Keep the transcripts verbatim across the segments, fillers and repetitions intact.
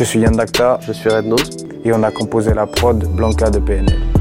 suis Yann Dacta. Je suis Rednose. Et on a composé la prod Blanca de P N L.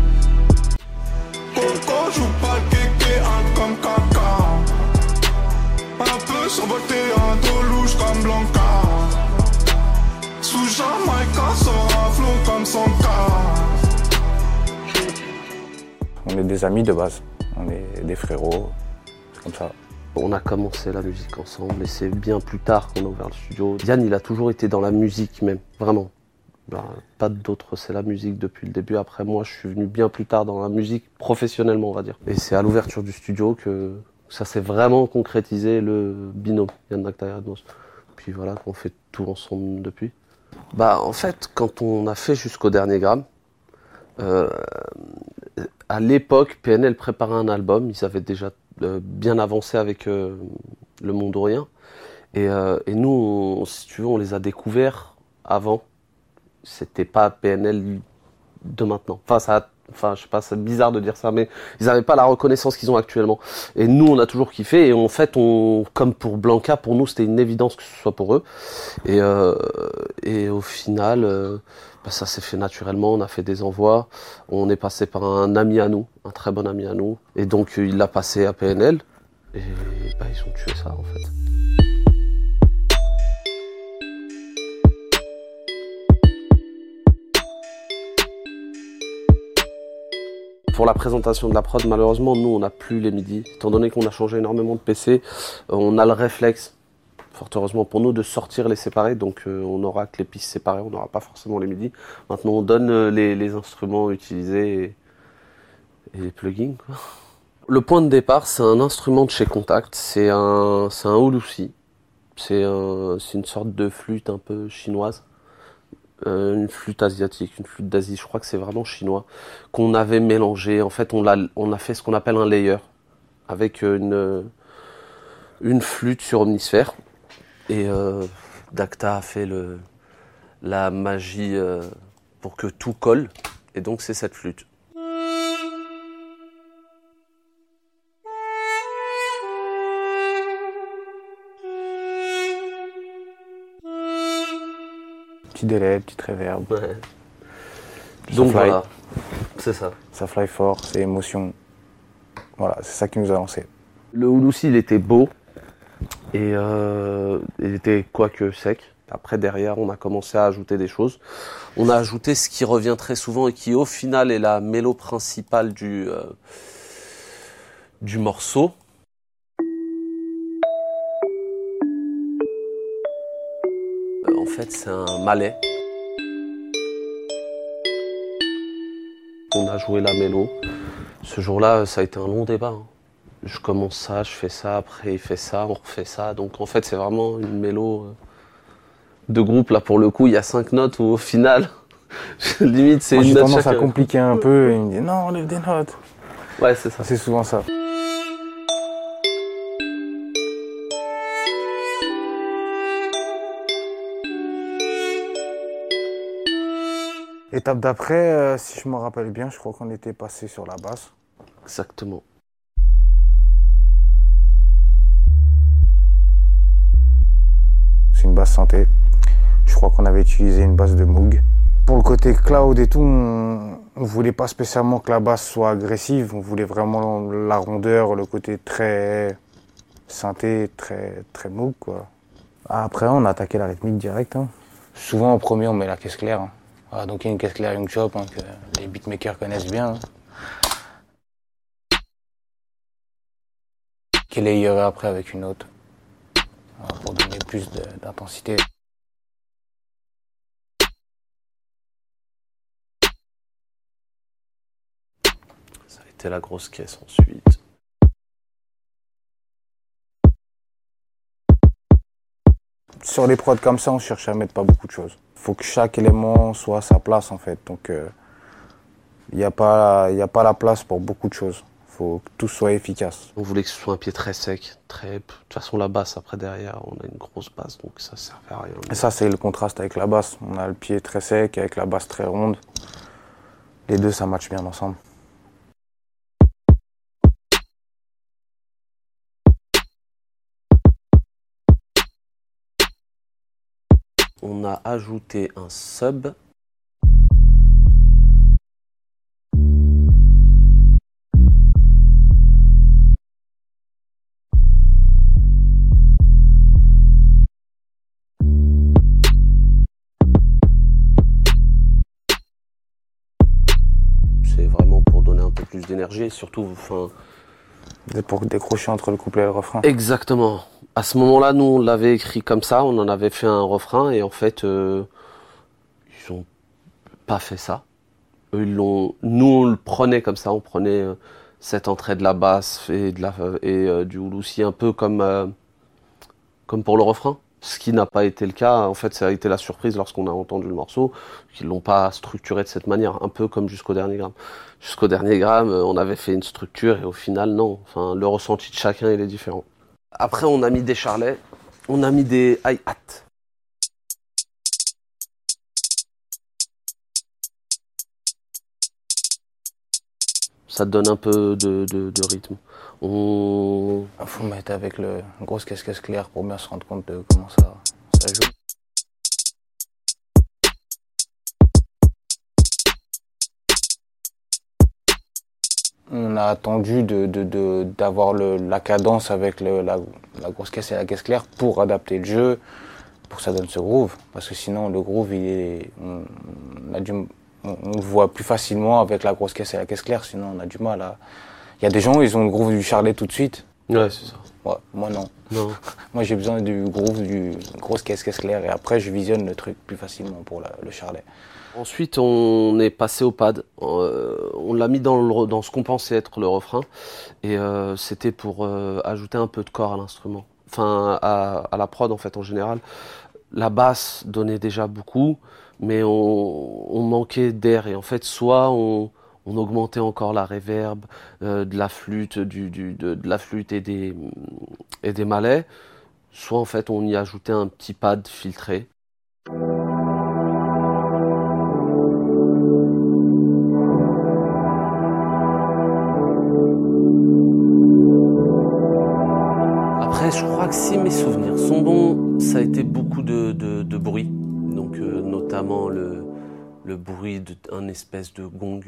On est des amis de base, on est des frérots, c'est comme ça. On a commencé la musique ensemble et c'est bien plus tard qu'on a ouvert le studio. Yann, il a toujours été dans la musique même, vraiment. Ben, pas d'autre, c'est la musique depuis le début. Après moi, je suis venu bien plus tard dans la musique, professionnellement on va dire. Et c'est à l'ouverture du studio que ça s'est vraiment concrétisé, le binôme Yann Dacta et Rednose. Puis voilà, qu'on fait tout ensemble depuis. Bah en fait, quand on a fait Jusqu'au dernier gramme, euh, à l'époque, P N L préparait un album. Ils avaient déjà euh, bien avancé avec euh, Le Mondorien. Et, euh, et nous, on, si tu veux, on les a découverts avant. C'était pas P N L de maintenant. Enfin, ça, enfin, je sais pas, c'est bizarre de dire ça, mais ils n'avaient pas la reconnaissance qu'ils ont actuellement. Et nous, on a toujours kiffé. Et en fait, on, comme pour Blanca, pour nous, c'était une évidence que ce soit pour eux. Et, euh, et au final, euh, bah, ça s'est fait naturellement. On a fait des envois. On est passé par un ami à nous, un très bon ami à nous. Et donc, il l'a passé à P N L. Et bah, ils ont tué ça, en fait. Pour la présentation de la prod, malheureusement, nous, on n'a plus les midis. Étant donné qu'on a changé énormément de P C, on a le réflexe, fort heureusement pour nous, de sortir les séparés. Donc, euh, on n'aura que les pistes séparées, on n'aura pas forcément les midis. Maintenant, on donne euh, les, les instruments utilisés et, et les plugins, quoi. Le point de départ, c'est un instrument de chez Contact. C'est un, c'est un hulusi. C'est un, c'est une sorte de flûte un peu chinoise. Euh, une flûte asiatique, une flûte d'Asie, je crois que c'est vraiment chinois, qu'on avait mélangé. En fait, on a, on a fait ce qu'on appelle un layer, avec une, une flûte sur omnisphère. Et euh, Dacta a fait le, la magie euh, pour que tout colle. Et donc, c'est cette flûte. Petit délai, petite réverb. Ouais. Ça Donc fly. voilà, c'est ça. Ça fly fort, c'est émotion. Voilà, c'est ça qui nous a lancé. Le hulusi, il était beau et euh, il était quoique sec. Après, derrière, on a commencé à ajouter des choses. On a ajouté ce qui revient très souvent et qui, au final, est la mélo principale du, euh, du morceau. En fait, c'est un malais. On a joué la mélo. Ce jour-là, ça a été un long débat. Hein. Je commence ça, je fais ça, après il fait ça, on refait ça. Donc en fait, c'est vraiment une mélo de groupe. Là, pour le coup, il y a cinq notes où au final, limite, c'est Moi, une j'ai note tendance chaque... à compliquer un peu et il me dit non, enlève des notes. Ouais, c'est ça. C'est souvent ça. Étape d'après, euh, si je me rappelle bien, je crois qu'on était passé sur la basse. Exactement. C'est une basse synthé. Je crois qu'on avait utilisé une basse de Moog. Pour le côté cloud et tout, on ne voulait pas spécialement que la basse soit agressive. On voulait vraiment la rondeur, le côté très synthé, très, très Moog, quoi. Après, on a attaqué la rythmique direct. Hein. Souvent, en premier, on met la caisse claire. Hein. Voilà, donc, il y a une caisse claire Young Chop hein, que les beatmakers connaissent bien. Hein. Qui est layerée après avec une autre. Voilà, pour donner plus d'intensité. Ça a été la grosse caisse ensuite. Sur les prods comme ça, on cherche à mettre pas beaucoup de choses. Il faut que chaque élément soit à sa place en fait. Donc, il euh, n'y a pas, y a pas la place pour beaucoup de choses. Il faut que tout soit efficace. On voulait que ce soit un pied très sec, très... De toute façon, la basse, après, derrière, on a une grosse basse, donc ça servait à rien. Et ça, c'est le contraste avec la basse. On a le pied très sec avec la basse très ronde. Les deux, ça matche bien ensemble. on a ajouté un sub. C'est vraiment pour donner un peu plus d'énergie et surtout, enfin... Pour décrocher entre le couplet et le refrain. Exactement. À ce moment-là, nous, on l'avait écrit comme ça, on en avait fait un refrain et en fait, euh, ils ont pas fait ça. Eux, ils l'ont... Nous, on le prenait comme ça, on prenait euh, cette entrée de la basse et, de la, et euh, du houlou-si un peu comme, euh, comme pour le refrain. Ce qui n'a pas été le cas, en fait, ça a été la surprise lorsqu'on a entendu le morceau, qu'ils l'ont pas structuré de cette manière, un peu comme Jusqu'au Dernier Gramme. Jusqu'au Dernier Gramme, on avait fait une structure et au final, non. Enfin, le ressenti de chacun, il est différent. Après, on a mis des charlets, on a mis des hi-hats. Ça te donne un peu de, de, de rythme. On... Il faut mettre avec le une grosse caisse-caisse claire pour bien se rendre compte de comment ça, ça joue. On a attendu de, de, de, d'avoir le, la cadence avec le, la, la grosse caisse et la caisse claire pour adapter le jeu, pour que ça donne ce groove. Parce que sinon, le groove, il est, on, on, a du, on, on le voit plus facilement avec la grosse caisse et la caisse claire, sinon on a du mal à... Il y a des gens, ils ont le groove du charlet tout de suite. Ouais, c'est ça. Ouais, moi non. Non. Moi j'ai besoin du groove, du grosse caisse caisse claire et après je visionne le truc plus facilement pour la, le charlet. Ensuite on est passé au pad, euh, on l'a mis dans, le, dans ce qu'on pensait être le refrain et euh, c'était pour euh, ajouter un peu de corps à l'instrument. Enfin à, à la prod en fait en général. La basse donnait déjà beaucoup mais on, on manquait d'air et en fait soit on... On augmentait encore la reverb, euh, de la flûte, du, du, de, de la flûte et des, et des mallets. Soit en fait on y ajoutait un petit pad filtré. Après je crois que si mes souvenirs sont bons, ça a été beaucoup de, de, de bruit. Donc euh, notamment le, le bruit d'un espèce de gong.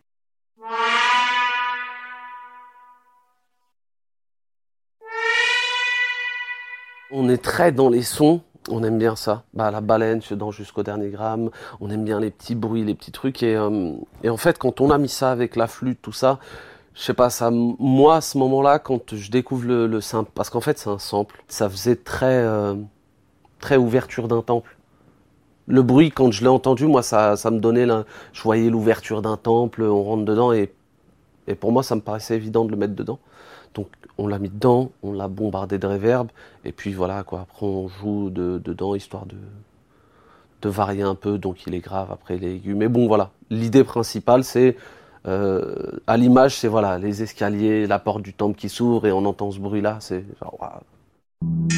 On est très dans les sons, on aime bien ça. Bah, la baleine dans Jusqu'au Dernier Gramme, on aime bien les petits bruits, les petits trucs. Et, euh, et en fait, quand on a mis ça avec la flûte, tout ça, je sais pas, ça, moi à ce moment-là, quand je découvre le, le simple, parce qu'en fait c'est un sample, ça faisait très, euh, très ouverture d'un temple. Le bruit, quand je l'ai entendu, moi ça, ça me donnait, là, je voyais l'ouverture d'un temple, on rentre dedans et, et pour moi ça me paraissait évident de le mettre dedans. Donc on l'a mis dedans, on l'a bombardé de reverb, et puis voilà quoi, après on joue de, dedans histoire de, de varier un peu, donc il est grave, après il est aigu. Mais bon voilà, l'idée principale c'est, euh, à l'image c'est voilà, les escaliers, la porte du temple qui s'ouvre et on entend ce bruit là, c'est genre waouh.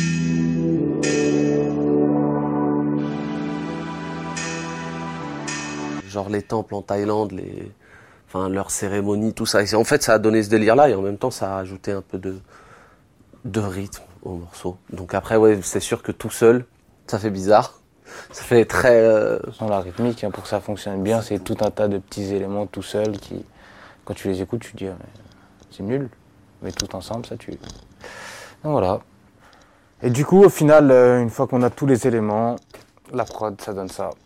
Genre les temples en Thaïlande, les... Enfin, leur cérémonie, tout ça. Et en fait, ça a donné ce délire-là et en même temps, ça a ajouté un peu de, de rythme au morceau. Donc après, ouais, c'est sûr que tout seul, ça fait bizarre. Ça fait très... Euh... La rythmique, hein, pour que ça fonctionne bien, c'est tout un tas de petits éléments tout seuls qui, quand tu les écoutes, tu te dis, c'est nul. Mais tout ensemble, ça tue. Donc voilà. Et du coup, au final, une fois qu'on a tous les éléments, la prod, ça donne ça.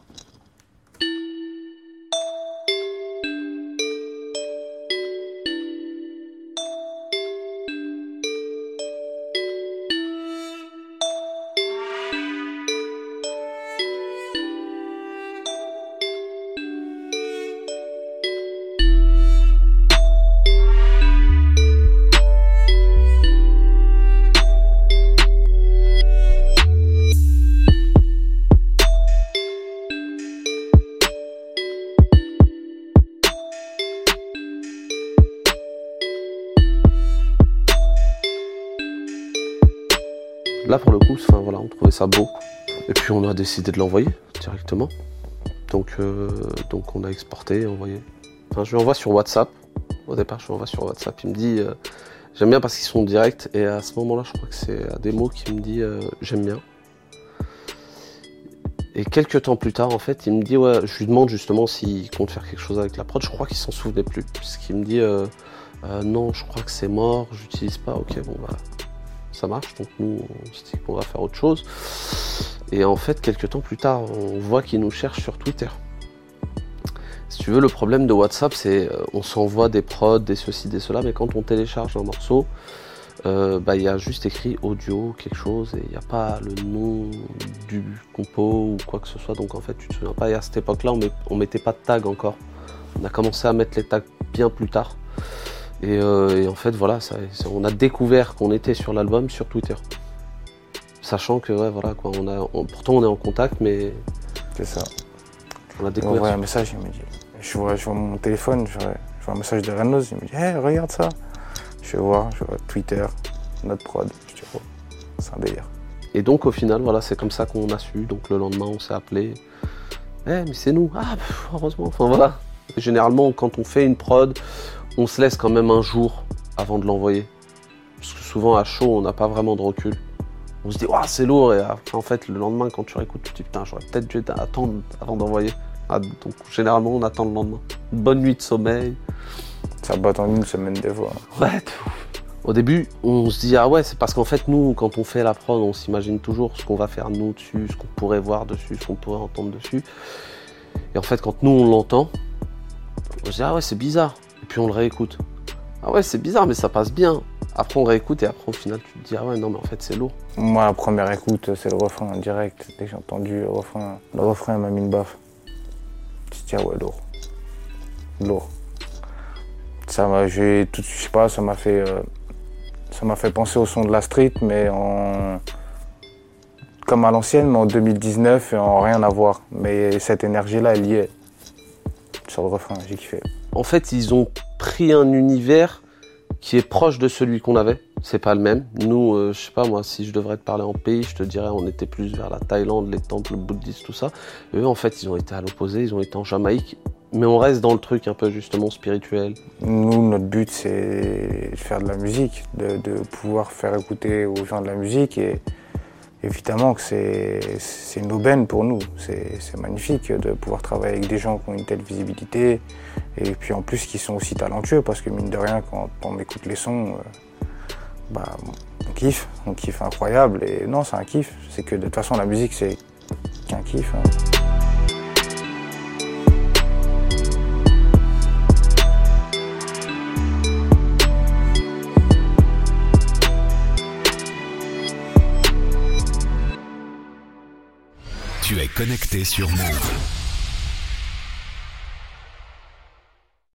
Là pour le coup, enfin, voilà, on trouvait ça beau. Et puis on a décidé de l'envoyer directement. Donc, euh, donc on a exporté et envoyé. Enfin, je lui envoie sur WhatsApp. Au départ, je lui envoie sur WhatsApp. Il me dit, euh, j'aime bien parce qu'ils sont directs. Et à ce moment-là, je crois que c'est Ademo qui me dit, euh, j'aime bien. Et quelques temps plus tard, en fait, il me dit, ouais, je lui demande justement s'il compte faire quelque chose avec la prod. Je crois qu'il s'en souvenait plus, puisqu'il me dit, euh, euh, non, je crois que c'est mort, j'utilise pas. Ok, bon, bah, ça marche. Donc nous, on se dit qu'on va faire autre chose. Et en fait, quelques temps plus tard, on voit qu'il nous cherche sur Twitter. Si tu veux, le problème de WhatsApp, c'est euh, on s'envoie des prods, des ceci, des cela, mais quand on télécharge un morceau, Euh, bah, y a juste écrit audio, quelque chose, et il n'y a pas le nom du compo ou quoi que ce soit. Donc en fait, tu te souviens pas, et à cette époque-là, on, met, on mettait pas de tag encore. On a commencé à mettre les tags bien plus tard. Et, euh, et en fait, voilà, ça, on a découvert qu'on était sur l'album sur Twitter. Sachant que, ouais, voilà, quoi, on a, on, pourtant on est en contact, mais. C'est ça. On a découvert. On voit un message, il me dit. Je vois, je vois mon téléphone, je vois, je vois un message de Renos, il me dit, hey, regarde ça. Je vais voir, je vois Twitter, notre prod, je dis, oh, c'est un délire. Et donc au final, voilà, c'est comme ça qu'on a su. Donc le lendemain, on s'est appelé. Eh, hey, mais c'est nous. Ah, pff, heureusement. Enfin voilà. Généralement, quand on fait une prod, on se laisse quand même un jour avant de l'envoyer. Parce que souvent à chaud, on n'a pas vraiment de recul. On se dit, oh, c'est lourd. Et après, en fait, le lendemain, quand tu réécoutes, tu te dis, putain, j'aurais peut-être dû attendre avant d'envoyer. Ah, donc généralement, on attend le lendemain. Une bonne nuit de sommeil. Ça bat en une semaine des fois. Ouais, au début, on se dit, ah ouais, c'est parce qu'en fait, nous, quand on fait la prod, on s'imagine toujours ce qu'on va faire nous dessus, ce qu'on pourrait voir dessus, ce qu'on pourrait entendre dessus. Et en fait, quand nous, on l'entend, on se dit, ah ouais, c'est bizarre. Et puis on le réécoute. Ah ouais, c'est bizarre, mais ça passe bien. Après, on réécoute et après, au final, tu te dis, ah ouais, non, mais en fait, c'est lourd. Moi, la première écoute, c'est le refrain en direct. Dès que j'ai entendu le refrain, le refrain m'a mis une baffe. Je me suis dit, ah ouais, lourd. Lourd. Ça m'a, j'ai tout, je sais pas, ça m'a fait, euh, ça m'a fait penser au son de la street, mais en, comme à l'ancienne, mais en deux mille dix-neuf et en rien à voir. Mais cette énergie-là, elle y est. Sur le refrain, j'ai kiffé. En fait, ils ont pris un univers qui est proche de celui qu'on avait. C'est pas le même. Nous, euh, je sais pas, moi, si je devrais te parler en pays, je te dirais, on était plus vers la Thaïlande, les temples bouddhistes, tout ça. Et eux, en fait, ils ont été à l'opposé, ils ont été en Jamaïque. Mais on reste dans le truc un peu justement spirituel. Nous, notre but, c'est de faire de la musique, de, de pouvoir faire écouter aux gens de la musique. Et évidemment que c'est, c'est une aubaine pour nous. C'est, c'est magnifique de pouvoir travailler avec des gens qui ont une telle visibilité. Et puis en plus, qui sont aussi talentueux, parce que mine de rien, quand on écoute les sons, bah, on kiffe, on kiffe incroyable. Et non, c'est un kiff. C'est que de toute façon, la musique, c'est qu'un kiff. Hein. Tu es connecté sur Move.